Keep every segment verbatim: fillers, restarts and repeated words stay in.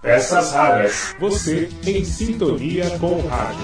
Peças raras. Você em sintonia com o rádio.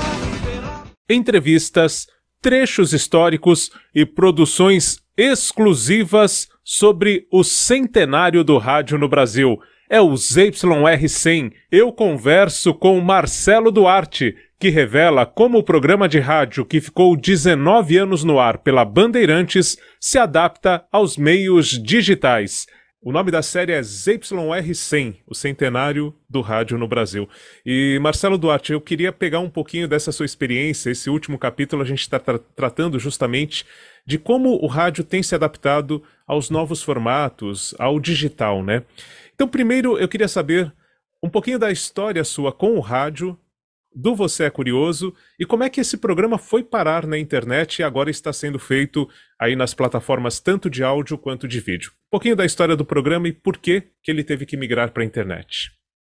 Entrevistas, trechos históricos e produções exclusivas sobre o centenário do rádio no Brasil. É o Z Y R cem. Eu converso com Marcelo Duarte, que revela como o programa de rádio que ficou dezenove anos no ar pela Bandeirantes se adapta aos meios digitais. O nome da série é Z Y R cem, o centenário do rádio no Brasil. E, Marcelo Duarte, eu queria pegar um pouquinho dessa sua experiência. Esse último capítulo a gente está tra- tratando justamente de como o rádio tem se adaptado aos novos formatos, ao digital, né? Então, primeiro, eu queria saber um pouquinho da história sua com o rádio, do Você é Curioso, e como é que esse programa foi parar na internet e agora está sendo feito aí nas plataformas tanto de áudio quanto de vídeo. Um pouquinho da história do programa e por que que ele teve que migrar para a internet.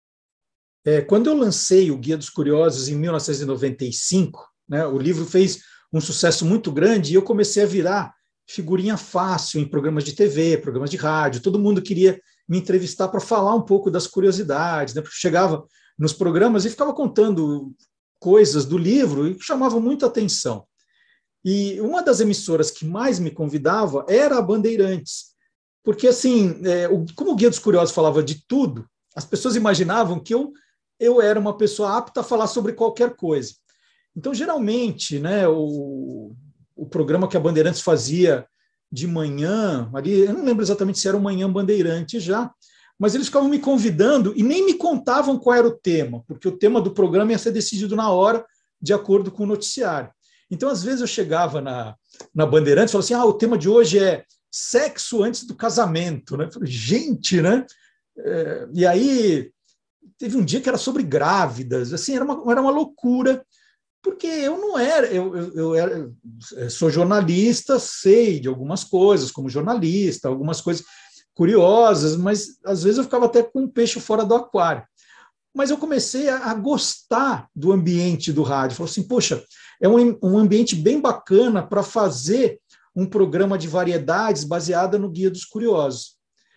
É, quando eu lancei o Guia dos Curiosos em mil novecentos e noventa e cinco, né, o livro fez um sucesso muito grande e eu comecei a virar figurinha fácil em programas de T V, programas de rádio. Todo mundo queria me entrevistar para falar um pouco das curiosidades, né, porque chegava nos programas e ficava contando coisas do livro e chamavam muita atenção. E uma das emissoras que mais me convidava era a Bandeirantes, porque, assim, é, o, como o Guia dos Curiosos falava de tudo, as pessoas imaginavam que eu, eu era uma pessoa apta a falar sobre qualquer coisa. Então, geralmente, né, o, o programa que a Bandeirantes fazia de manhã, ali, eu não lembro exatamente se era o Manhã Bandeirante já, mas eles ficavam me convidando e nem me contavam qual era o tema, porque o tema do programa ia ser decidido na hora, de acordo com o noticiário. Então, às vezes, eu chegava na, na Bandeirantes e falava assim, ah, o tema de hoje é sexo antes do casamento. Né? Eu falei, gente, né? É, e aí, teve um dia que era sobre grávidas, assim, era uma, era uma loucura, porque eu não era, eu, eu, eu era, eu sou jornalista, sei de algumas coisas, como jornalista, algumas coisas curiosas, mas às vezes eu ficava até com um peixe fora do aquário. Mas eu comecei a, a gostar do ambiente do rádio. Falei assim, poxa, é um, um ambiente bem bacana para fazer um programa de variedades baseado no Guia dos Curiosos.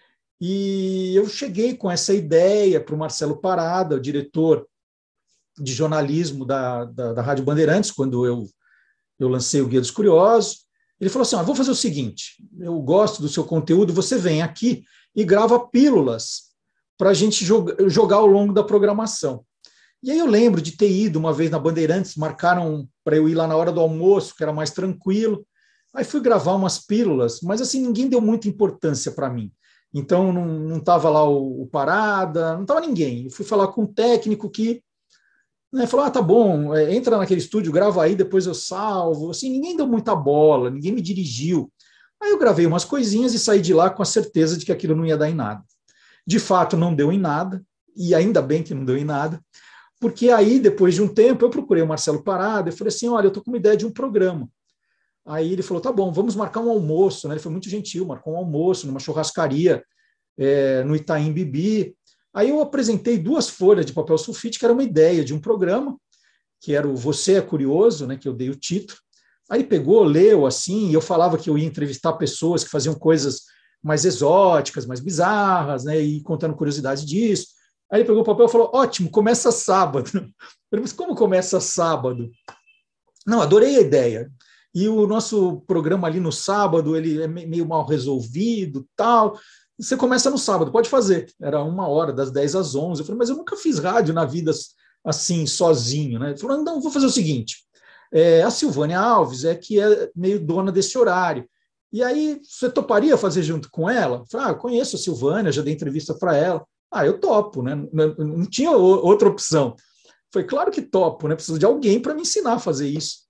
E eu cheguei com essa ideia para o Marcelo Parada, o diretor de jornalismo da, da, da Rádio Bandeirantes, quando eu, eu lancei o Guia dos Curiosos. Ele falou assim, ah, vou fazer o seguinte, eu gosto do seu conteúdo, você vem aqui e grava pílulas para a gente joga, jogar ao longo da programação. E aí eu lembro de ter ido uma vez na Bandeirantes, marcaram para eu ir lá na hora do almoço, que era mais tranquilo. Aí fui gravar umas pílulas, mas assim, ninguém deu muita importância para mim. Então não estava lá o, o Parada, não estava ninguém. Eu fui falar com um técnico que né, falou, ah, tá bom, é, entra naquele estúdio, grava aí, depois eu salvo. Assim, ninguém deu muita bola, ninguém me dirigiu. Aí eu gravei umas coisinhas e saí de lá com a certeza de que aquilo não ia dar em nada. De fato, não deu em nada, e ainda bem que não deu em nada, porque aí, depois de um tempo, eu procurei o Marcelo Parada e falei assim, olha, eu estou com uma ideia de um programa. Aí ele falou, tá bom, vamos marcar um almoço. Né? Ele foi muito gentil, marcou um almoço numa churrascaria é, no Itaim Bibi. Aí eu apresentei duas folhas de papel sulfite, que era uma ideia de um programa, que era o Você é Curioso, né, que eu dei o título. Aí ele pegou, leu assim, e eu falava que eu ia entrevistar pessoas que faziam coisas mais exóticas, mais bizarras, né, e contando curiosidade disso. Aí ele pegou o papel e falou, ótimo, começa sábado. Eu falei, mas como começa sábado? Não, adorei a ideia. E o nosso programa ali no sábado, ele é meio mal resolvido, tal. Você começa no sábado, pode fazer. Era uma hora, das dez às onze. Eu falei, mas eu nunca fiz rádio na vida assim, sozinho. Né? Ele falou, não, vou fazer o seguinte. É, a Silvânia Alves é que é meio dona desse horário. E aí, você toparia fazer junto com ela? Eu falei, ah, eu conheço a Silvânia, já dei entrevista para ela. Ah, eu topo, né? Não, não tinha outra opção. Foi claro que topo, né? Preciso de alguém para me ensinar a fazer isso.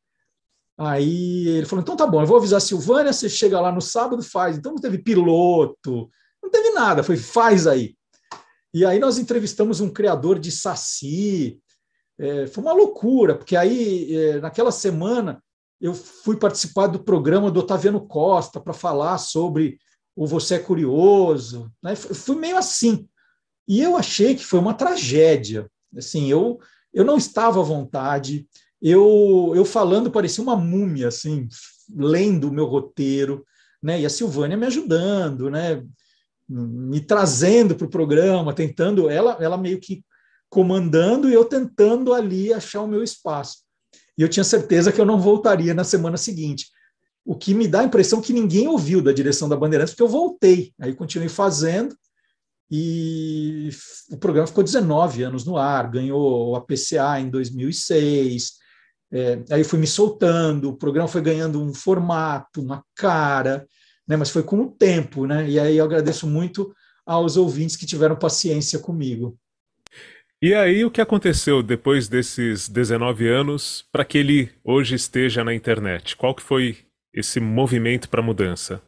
Aí ele falou, então tá bom, eu vou avisar a Silvânia, você chega lá no sábado e faz. Então não teve piloto, não teve nada, foi faz aí. E aí nós entrevistamos um criador de saci, é, foi uma loucura, porque aí é, naquela semana eu fui participar do programa do Otaviano Costa para falar sobre o Você é Curioso, né? Fui meio assim. E eu achei que foi uma tragédia. Assim, eu, eu não estava à vontade, eu, eu falando parecia uma múmia, assim, lendo o meu roteiro, né? E a Silvânia me ajudando, né? me trazendo para o programa, tentando, ela, ela meio que comandando e eu tentando ali achar o meu espaço. E eu tinha certeza que eu não voltaria na semana seguinte. O que me dá a impressão que ninguém ouviu da direção da Bandeirantes, porque eu voltei, aí continuei fazendo, e o programa ficou dezenove anos no ar, ganhou a P C A em dois mil e seis, é, aí fui me soltando, o programa foi ganhando um formato, uma cara, né, mas foi com o tempo, né, e aí eu agradeço muito aos ouvintes que tiveram paciência comigo. E aí, o que aconteceu depois desses dezenove anos para que ele hoje esteja na internet? Qual que foi esse movimento para mudança?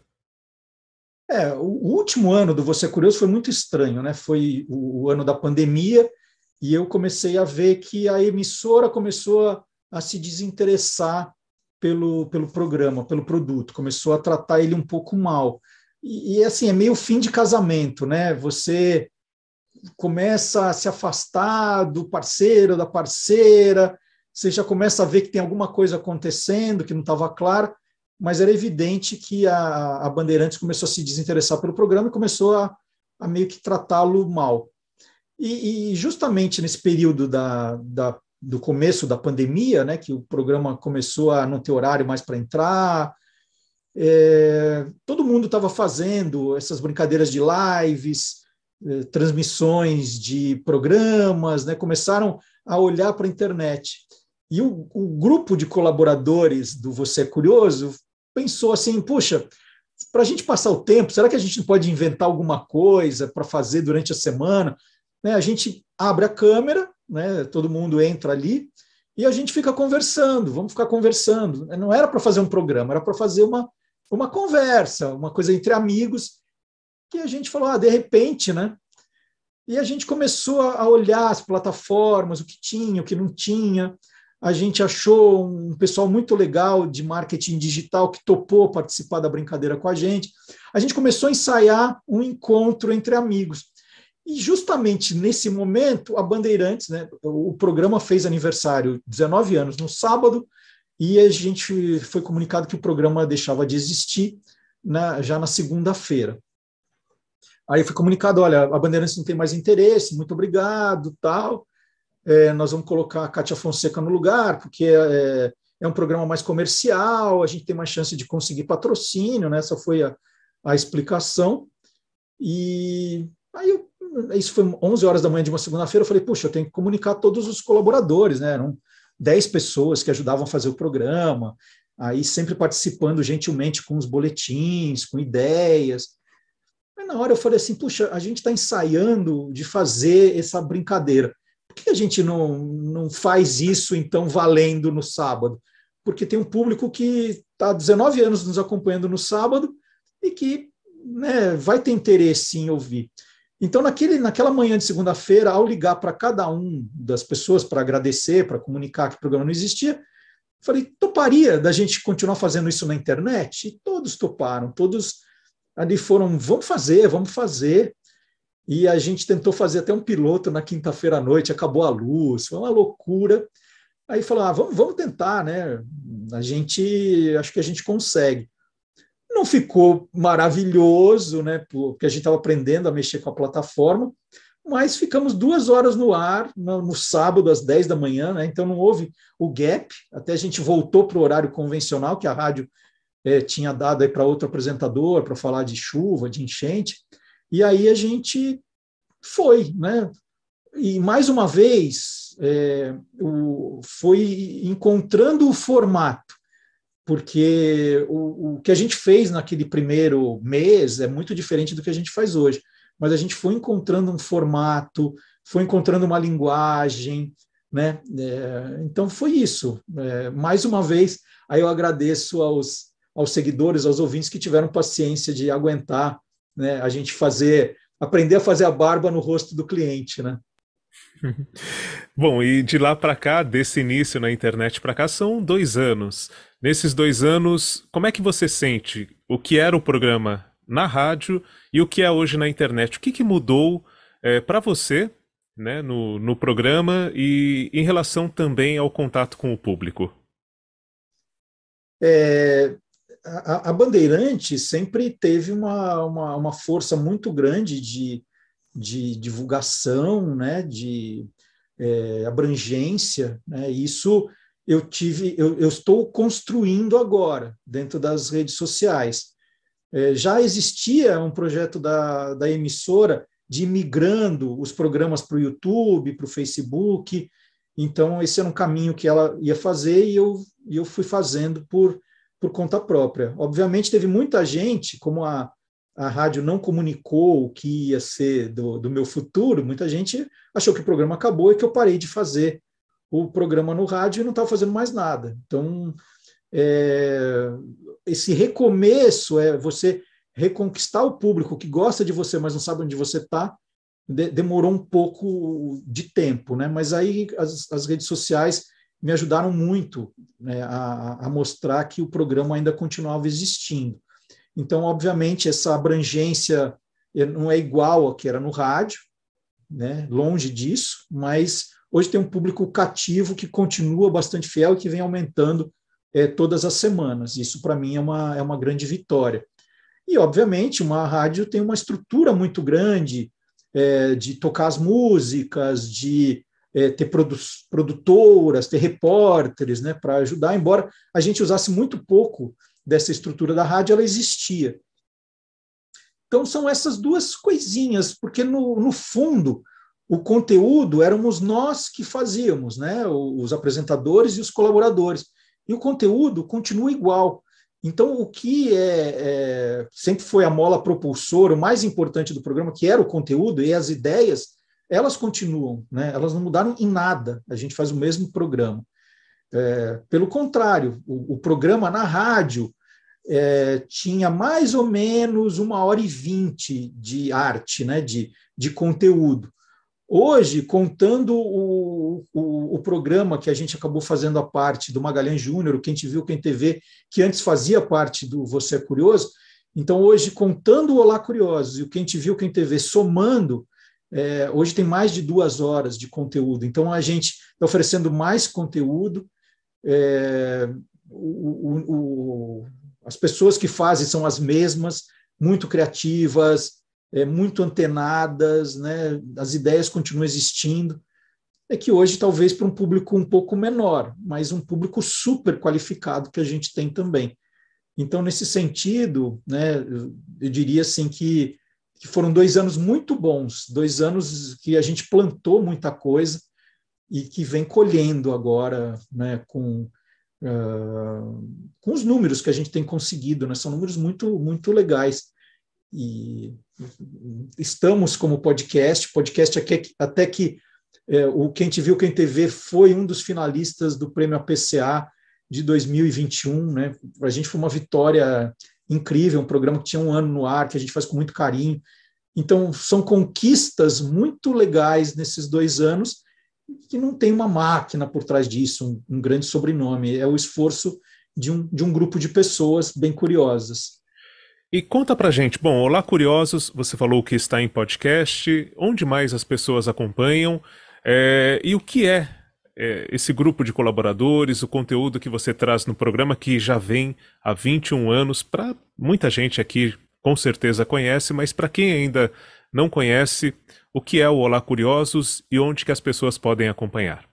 É, o último ano do Você é Curioso foi muito estranho, né? Foi o, o ano da pandemia e eu comecei a ver que a emissora começou a, a se desinteressar pelo, pelo programa, pelo produto, começou a tratar ele um pouco mal. E, e assim, é meio fim de casamento, né? Você começa a se afastar do parceiro, da parceira, você já começa a ver que tem alguma coisa acontecendo que não estava clara, mas era evidente que a, a Bandeirantes começou a se desinteressar pelo programa e começou a, a meio que tratá-lo mal. E, e justamente nesse período da, da, do começo da pandemia, né, que o programa começou a não ter horário mais para entrar, é, todo mundo estava fazendo essas brincadeiras de lives, eh, transmissões de programas, né, começaram a olhar para a internet. E o, o grupo de colaboradores do Você é Curioso pensou assim, puxa, para a gente passar o tempo, será que a gente não pode inventar alguma coisa para fazer durante a semana? Né, a gente abre a câmera, né, todo mundo entra ali, e a gente fica conversando, vamos ficar conversando. Não era para fazer um programa, era para fazer uma, uma conversa, uma coisa entre amigos, que a gente falou, ah, de repente, né? E a gente começou a olhar as plataformas, o que tinha, o que não tinha. A gente achou um pessoal muito legal de marketing digital que topou participar da brincadeira com a gente. A gente começou a ensaiar um encontro entre amigos. E justamente nesse momento, a Bandeirantes, né, o programa fez aniversário, dezenove anos, no sábado, e a gente foi comunicado que o programa deixava de existir na, já na segunda-feira. Aí foi comunicado, olha, a Bandeirantes não tem mais interesse, muito obrigado, tal. É, nós vamos colocar a Kátia Fonseca no lugar, porque é, é um programa mais comercial, a gente tem mais chance de conseguir patrocínio, né? Essa foi a, a explicação. E aí, eu, isso foi onze horas da manhã de uma segunda-feira, eu falei, puxa, eu tenho que comunicar todos os colaboradores, né? Eram dez pessoas que ajudavam a fazer o programa, aí sempre participando gentilmente com os boletins, com ideias. Mas na hora eu falei assim, puxa, a gente está ensaiando de fazer essa brincadeira. Por que a gente não, não faz isso, então, valendo no sábado? Porque tem um público que está há dezenove anos nos acompanhando no sábado e que, né, vai ter interesse em ouvir. Então, naquele, naquela manhã de segunda-feira, ao ligar para cada um das pessoas para agradecer, para comunicar que o programa não existia, falei, toparia da gente continuar fazendo isso na internet? E todos toparam, todos ali foram, vamos fazer, vamos fazer. E a gente tentou fazer até um piloto na quinta-feira à noite, acabou a luz, foi uma loucura. Aí falou, ah, vamos, vamos tentar, né? A gente, acho que a gente consegue. Não ficou maravilhoso, né? Porque a gente estava aprendendo a mexer com a plataforma, mas ficamos duas horas no ar, no, no sábado, às dez da manhã, né? Então não houve o gap, até a gente voltou para o horário convencional, que a rádio é, tinha dado para outro apresentador, para falar de chuva, de enchente. E aí a gente foi, né? E mais uma vez é, o, foi encontrando o formato, porque o, o que a gente fez naquele primeiro mês é muito diferente do que a gente faz hoje, mas a gente foi encontrando um formato, foi encontrando uma linguagem, né? É, então foi isso. É, mais uma vez, aí eu agradeço aos, aos seguidores, aos ouvintes que tiveram paciência de aguentar, né, a gente fazer, aprender a fazer a barba no rosto do cliente, né? Bom, e de lá para cá, desse início na internet para cá, são dois anos. Nesses dois anos, como é que você sente o que era o programa na rádio e o que é hoje na internet? O que, que mudou é, para você, né, no, no programa e em relação também ao contato com o público? É, a, a Bandeirantes sempre teve uma, uma, uma força muito grande de, de divulgação, né, de é, abrangência, né, isso eu tive, eu, eu estou construindo agora dentro das redes sociais. É, já existia um projeto da, da emissora de ir migrando os programas para o YouTube, para o Facebook, então esse era um caminho que ela ia fazer e eu, e eu fui fazendo por, por conta própria. Obviamente teve muita gente, como a, a rádio não comunicou o que ia ser do, do meu futuro, muita gente achou que o programa acabou e que eu parei de fazer o programa no rádio e não estava fazendo mais nada. Então, é, esse recomeço é você reconquistar o público que gosta de você, mas não sabe onde você está, de, demorou um pouco de tempo, né? Mas aí as, as redes sociais me ajudaram muito, né, a, a mostrar que o programa ainda continuava existindo. Então, obviamente, essa abrangência não é igual ao que era no rádio, né? Longe disso, mas hoje tem um público cativo que continua bastante fiel e que vem aumentando é, todas as semanas. Isso, para mim, é uma, é uma grande vitória. E, obviamente, uma rádio tem uma estrutura muito grande é, de tocar as músicas, de é, ter produ produtoras, ter repórteres, né, para ajudar, embora a gente usasse muito pouco dessa estrutura da rádio, ela existia. Então, são essas duas coisinhas, porque, no, no fundo, o conteúdo éramos nós que fazíamos, né, os apresentadores e os colaboradores, e o conteúdo continua igual. Então, o que é, é, sempre foi a mola propulsora, o mais importante do programa, que era o conteúdo e as ideias, elas continuam, né? Elas não mudaram em nada, a gente faz o mesmo programa. É, pelo contrário, o, o programa na rádio é, tinha mais ou menos uma hora e vinte de arte, né? de, de conteúdo. Hoje, contando o, o, o programa que a gente acabou fazendo a parte do Magalhães Júnior, o Quem Te Viu, Quem Te Vê, que antes fazia parte do Você é Curioso, então hoje, contando o Olá Curiosos e o Quem Te Viu, Quem Te Vê, somando, é, hoje tem mais de duas horas de conteúdo. Então a gente está oferecendo mais conteúdo, é, o, o, o, as pessoas que fazem são as mesmas, muito criativas, É, muito antenadas, né? As ideias continuam existindo. É que hoje, talvez, para um público um pouco menor, mas um público super qualificado que a gente tem também. Então, nesse sentido, né, eu, eu diria assim que, que foram dois anos muito bons, dois anos que a gente plantou muita coisa e que vem colhendo agora, né, com, uh, com os números que a gente tem conseguido, né? São números muito, muito legais. E estamos como podcast, podcast até que é, o Quem Te Viu, Quem Te Vê foi um dos finalistas do Prêmio A P C A de dois mil e vinte e um, né? Para a gente foi uma vitória incrível, um programa que tinha um ano no ar, que a gente faz com muito carinho. Então, são conquistas muito legais nesses dois anos, que não tem uma máquina por trás disso, um, um grande sobrenome, é o esforço de um, de um grupo de pessoas bem curiosas. E conta pra gente, bom, Olá Curiosos, você falou que está em podcast, onde mais as pessoas acompanham, é, e o que é, é esse grupo de colaboradores, o conteúdo que você traz no programa que já vem há vinte e um anos, para muita gente aqui com certeza conhece, mas para quem ainda não conhece, o que é o Olá Curiosos e onde que as pessoas podem acompanhar?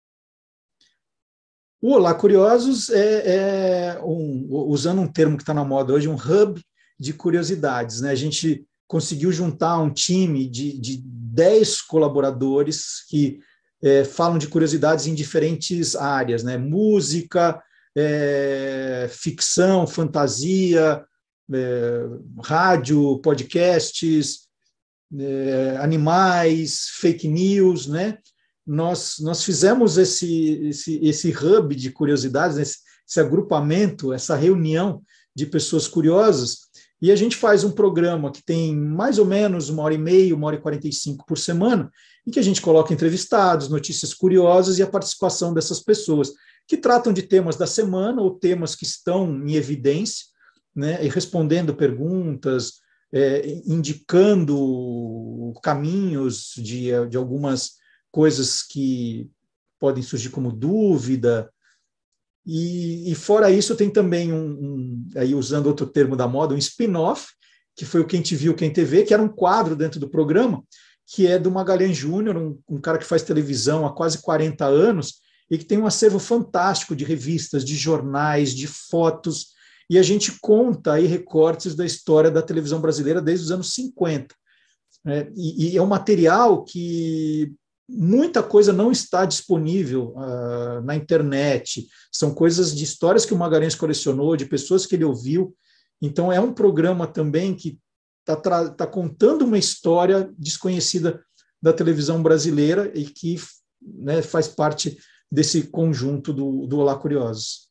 O Olá Curiosos é, é um, usando um termo que está na moda hoje, um hub de curiosidades, né? A gente conseguiu juntar um time de, de dez colaboradores que é, falam de curiosidades em diferentes áreas, né? Música, é, ficção, fantasia, é, rádio, podcasts, é, animais, fake news, né? Nós, nós fizemos esse, esse, esse hub de curiosidades, esse, esse agrupamento, essa reunião de pessoas curiosas. E a gente faz um programa que tem mais ou menos uma hora e meia, uma hora e quarenta e cinco por semana, em que a gente coloca entrevistados, notícias curiosas e a participação dessas pessoas, que tratam de temas da semana ou temas que estão em evidência, né, e respondendo perguntas, é, indicando caminhos de, de algumas coisas que podem surgir como dúvida. E, e fora isso, tem também um, um, aí usando outro termo da moda, um spin-off, que foi o Quem Te Viu, Quem Te Vê, que era um quadro dentro do programa, que é do Magalhães Júnior, um, um cara que faz televisão há quase quarenta anos, e que tem um acervo fantástico de revistas, de jornais, de fotos, e a gente conta aí recortes da história da televisão brasileira desde os anos cinquenta. É, e, e é um material que muita coisa não está disponível uh, na internet, são coisas de histórias que o Magalhães colecionou, de pessoas que ele ouviu. Então é um programa também que está tá contando uma história desconhecida da televisão brasileira e que, né, faz parte desse conjunto do, do Olá Curiosos.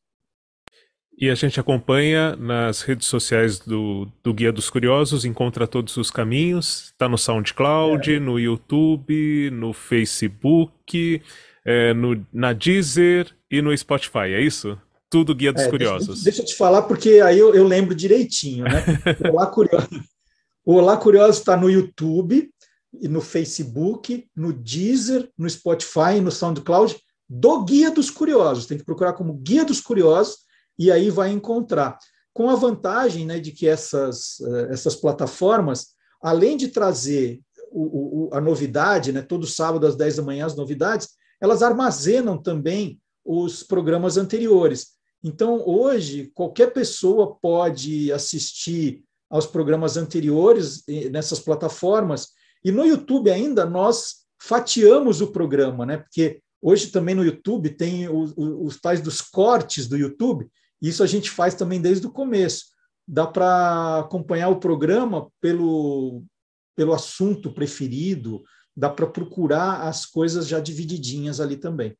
E a gente acompanha nas redes sociais do, do Guia dos Curiosos, encontra todos os caminhos, está no SoundCloud, é. no YouTube, no Facebook, é, no, na Deezer e no Spotify, é isso? Tudo Guia dos é, Curiosos. Deixa, deixa eu te falar, porque aí eu, eu lembro direitinho, né? O Olá Curiosos, o Olá Curiosos está no YouTube, e no Facebook, no Deezer, no Spotify e no SoundCloud do Guia dos Curiosos. Tem que procurar como Guia dos Curiosos, e aí vai encontrar. Com a vantagem, né, de que essas, essas plataformas, além de trazer o, o, a novidade, né, todo sábado às dez da manhã as novidades, elas armazenam também os programas anteriores. Então, hoje, qualquer pessoa pode assistir aos programas anteriores nessas plataformas, e no YouTube ainda nós fatiamos o programa, né, porque hoje também no YouTube tem os, os tais dos cortes do YouTube. Isso a gente faz também desde o começo. Dá para acompanhar o programa pelo, pelo assunto preferido, dá para procurar as coisas já divididinhas ali também.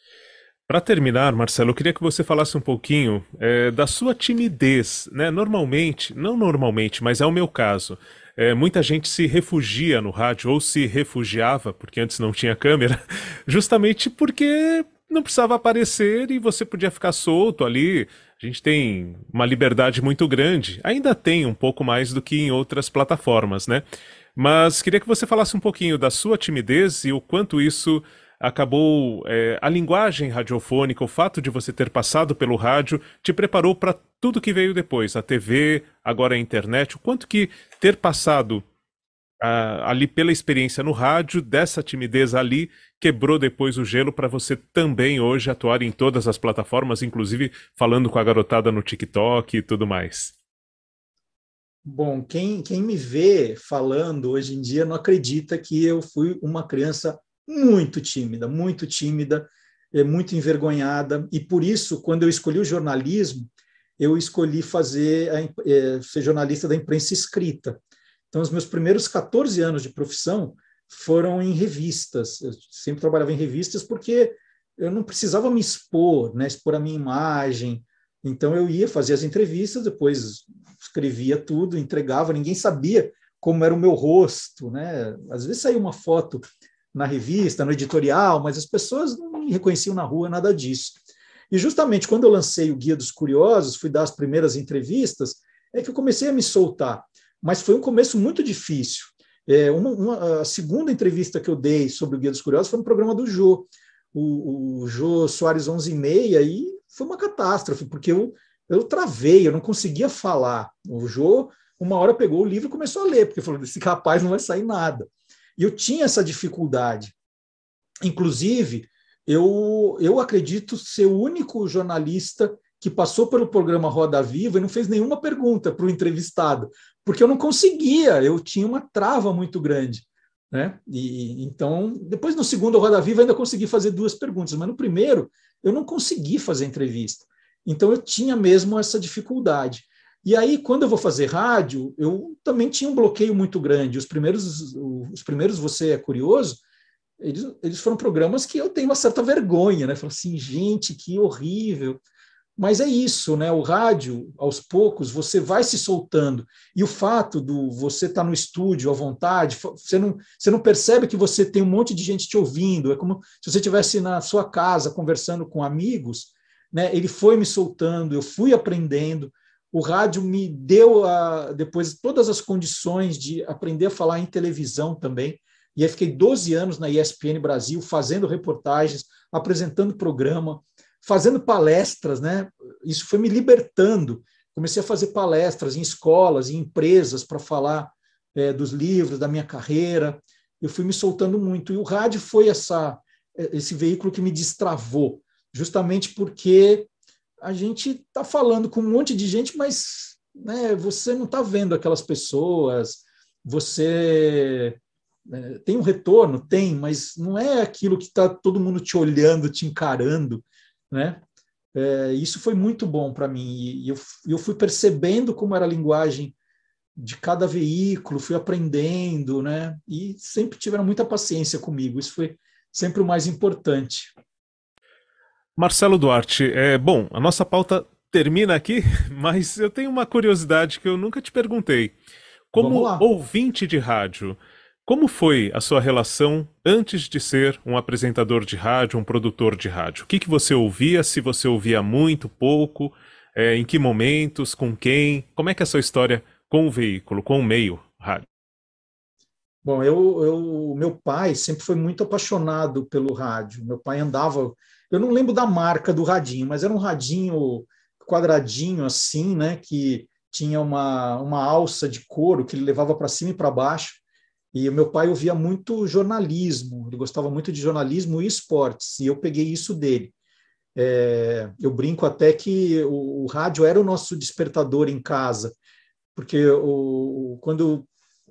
Para terminar, Marcelo, eu queria que você falasse um pouquinho é, da sua timidez, né? Normalmente, não normalmente, mas é o meu caso, é, muita gente se refugia no rádio ou se refugiava, porque antes não tinha câmera, justamente porque não precisava aparecer e você podia ficar solto ali. A gente tem uma liberdade muito grande, ainda tem um pouco mais do que em outras plataformas, né? Mas queria que você falasse um pouquinho da sua timidez e o quanto isso acabou, é, a linguagem radiofônica, o fato de você ter passado pelo rádio, te preparou para tudo que veio depois, a T V, agora a internet, o quanto que ter passado Uh, ali pela experiência no rádio, dessa timidez ali, quebrou depois o gelo para você também hoje atuar em todas as plataformas, inclusive falando com a garotada no TikTok e tudo mais. Bom, quem, quem me vê falando hoje em dia não acredita que eu fui uma criança muito tímida, muito tímida, muito envergonhada, e por isso, quando eu escolhi o jornalismo, eu escolhi fazer a, é, ser jornalista da imprensa escrita. Então, os meus primeiros quatorze anos de profissão foram em revistas. Eu sempre trabalhava em revistas porque eu não precisava me expor, né, expor a minha imagem. Então, eu ia fazer as entrevistas, depois escrevia tudo, entregava, ninguém sabia como era o meu rosto, né? Às vezes saía uma foto na revista, no editorial, mas as pessoas não me reconheciam na rua, nada disso. E justamente quando eu lancei o Guia dos Curiosos, fui dar as primeiras entrevistas, é que eu comecei a me soltar. Mas foi um começo muito difícil. É, uma, uma, a segunda entrevista que eu dei sobre o Guia dos Curiosos foi no programa do Jô, o, o Jô Soares onze e meia, e foi uma catástrofe, porque eu, eu travei, eu não conseguia falar. O Jô, uma hora pegou o livro e começou a ler, porque falou, desse rapaz não vai sair nada. E eu tinha essa dificuldade. Inclusive, eu, eu acredito ser o único jornalista que passou pelo programa Roda Viva e não fez nenhuma pergunta para o entrevistado, porque eu não conseguia, eu tinha uma trava muito grande, né? E então, depois no segundo Roda Viva ainda consegui fazer duas perguntas, mas no primeiro eu não consegui fazer entrevista. Então eu tinha mesmo essa dificuldade. E aí, quando eu vou fazer rádio, eu também tinha um bloqueio muito grande. Os primeiros, os primeiros Você é Curioso, eles, eles foram programas que eu tenho uma certa vergonha, né? Falo assim, gente, que horrível. Mas é isso, né? O rádio, aos poucos, você vai se soltando. E o fato do você estar no estúdio à vontade, você não, você não percebe que você tem um monte de gente te ouvindo. É como se você estivesse na sua casa conversando com amigos, né? Ele foi me soltando, eu fui aprendendo. O rádio me deu a, depois todas as condições de aprender a falar em televisão também. E aí fiquei doze anos na E S P N Brasil, fazendo reportagens, apresentando programa. fazendo palestras, né? Isso foi me libertando. Comecei a fazer palestras em escolas, em empresas, para falar é, dos livros, da minha carreira. Eu fui me soltando muito. E o rádio foi essa, esse veículo que me destravou, justamente porque a gente está falando com um monte de gente, mas né, você não está vendo aquelas pessoas, você né, tem um retorno? Tem, mas não é aquilo que está todo mundo te olhando, te encarando, né? É, isso foi muito bom para mim, e eu, eu fui percebendo como era a linguagem de cada veículo, fui aprendendo, né? E sempre tiveram muita paciência comigo, isso foi sempre o mais importante. Marcelo Duarte, é, bom, a nossa pauta termina aqui, mas eu tenho uma curiosidade que eu nunca te perguntei. Como ouvinte de rádio, como foi a sua relação antes de ser um apresentador de rádio, um produtor de rádio? O que, que você ouvia, se você ouvia muito, pouco, é, em que momentos, com quem? Como é que é a sua história com o veículo, com o meio rádio? Bom, eu, eu, meu pai sempre foi muito apaixonado pelo rádio. Meu pai andava, eu não lembro da marca do radinho, mas era um radinho quadradinho assim, né, que tinha uma, uma alça de couro que ele levava para cima e para baixo. E o meu pai ouvia muito jornalismo, ele gostava muito de jornalismo e esportes, e eu peguei isso dele. É, eu brinco até que o, o rádio era o nosso despertador em casa, porque o, quando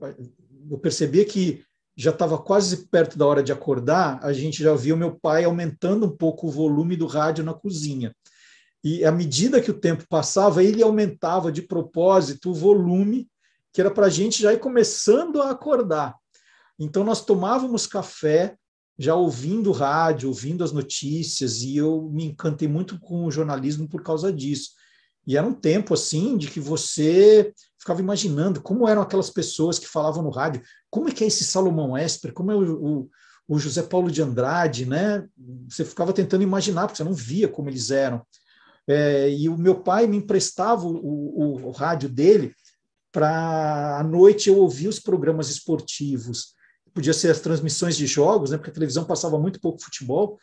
eu percebia que já estava quase perto da hora de acordar, a gente já via o meu pai aumentando um pouco o volume do rádio na cozinha. E à medida que o tempo passava, ele aumentava de propósito o volume, que era para a gente já ir começando a acordar. Então, nós tomávamos café, já ouvindo rádio, ouvindo as notícias, e eu me encantei muito com o jornalismo por causa disso. E era um tempo, assim, de que você ficava imaginando como eram aquelas pessoas que falavam no rádio, como é que é esse Salomão Esper, como é o, o, o José Paulo de Andrade, né? Você ficava tentando imaginar, porque você não via como eles eram. É, e o meu pai me emprestava o, o, o rádio dele para, à noite, eu ouvir os programas esportivos. Podia ser as transmissões de jogos, né, porque a televisão passava muito pouco futebol,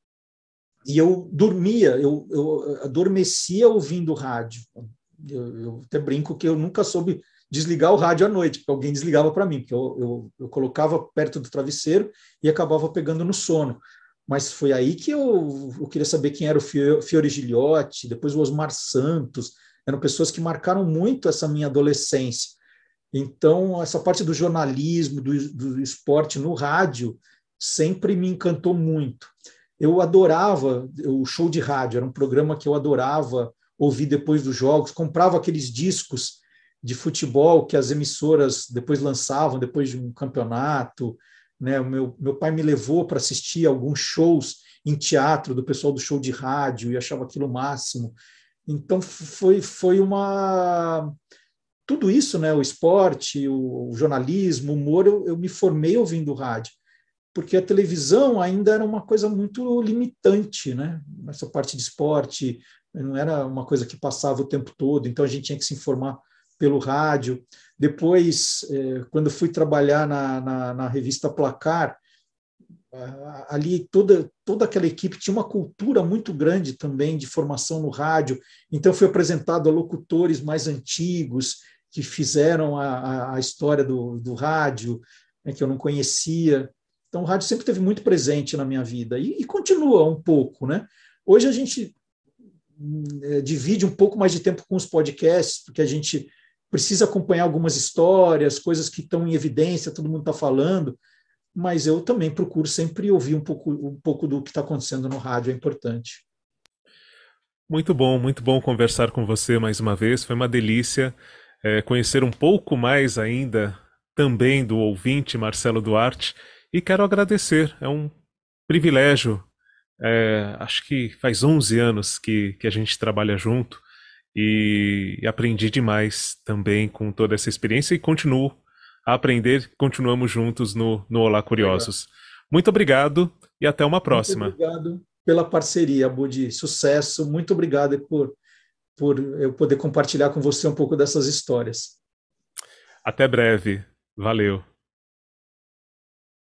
e eu dormia, eu, eu adormecia ouvindo rádio. Eu, eu até brinco que eu nunca soube desligar o rádio à noite, porque alguém desligava para mim, porque eu, eu, eu colocava perto do travesseiro e acabava pegando no sono. Mas foi aí que eu, eu queria saber quem era o Fiore Giliotti, depois o Osmar Santos, eram pessoas que marcaram muito essa minha adolescência. Então, essa parte do jornalismo, do, do esporte no rádio, sempre me encantou muito. Eu adorava o show de rádio, era um programa que eu adorava ouvir depois dos jogos, comprava aqueles discos de futebol que as emissoras depois lançavam, depois de um campeonato, né? O meu, meu pai me levou para assistir alguns shows em teatro do pessoal do show de rádio e achava aquilo o máximo. Então, foi, foi uma... Tudo isso, né, o esporte, o jornalismo, o humor, eu, eu me formei ouvindo rádio, porque a televisão ainda era uma coisa muito limitante, né? Essa parte de esporte não era uma coisa que passava o tempo todo, então a gente tinha que se informar pelo rádio. Depois, eh, quando fui trabalhar na, na, na revista Placar, ali toda, toda aquela equipe tinha uma cultura muito grande também de formação no rádio, então fui apresentado a locutores mais antigos, que fizeram a, a história do, do rádio, né, que eu não conhecia. Então, o rádio sempre esteve muito presente na minha vida, e, e continua um pouco, né? Hoje a gente é, divide um pouco mais de tempo com os podcasts, porque a gente precisa acompanhar algumas histórias, coisas que estão em evidência, todo mundo está falando, mas eu também procuro sempre ouvir um pouco, um pouco do que está acontecendo no rádio, é importante. Muito bom, muito bom conversar com você mais uma vez, foi uma delícia. É, conhecer um pouco mais ainda também do ouvinte Marcelo Duarte, e quero agradecer, é um privilégio, é, acho que faz onze anos que, que a gente trabalha junto, e, e aprendi demais também com toda essa experiência e continuo a aprender, continuamos juntos no, no Olá Curiosos. Legal. Muito obrigado e até uma próxima. Muito obrigado pela parceria, Budi, sucesso, muito obrigado por por eu poder compartilhar com você um pouco dessas histórias. Até breve. Valeu.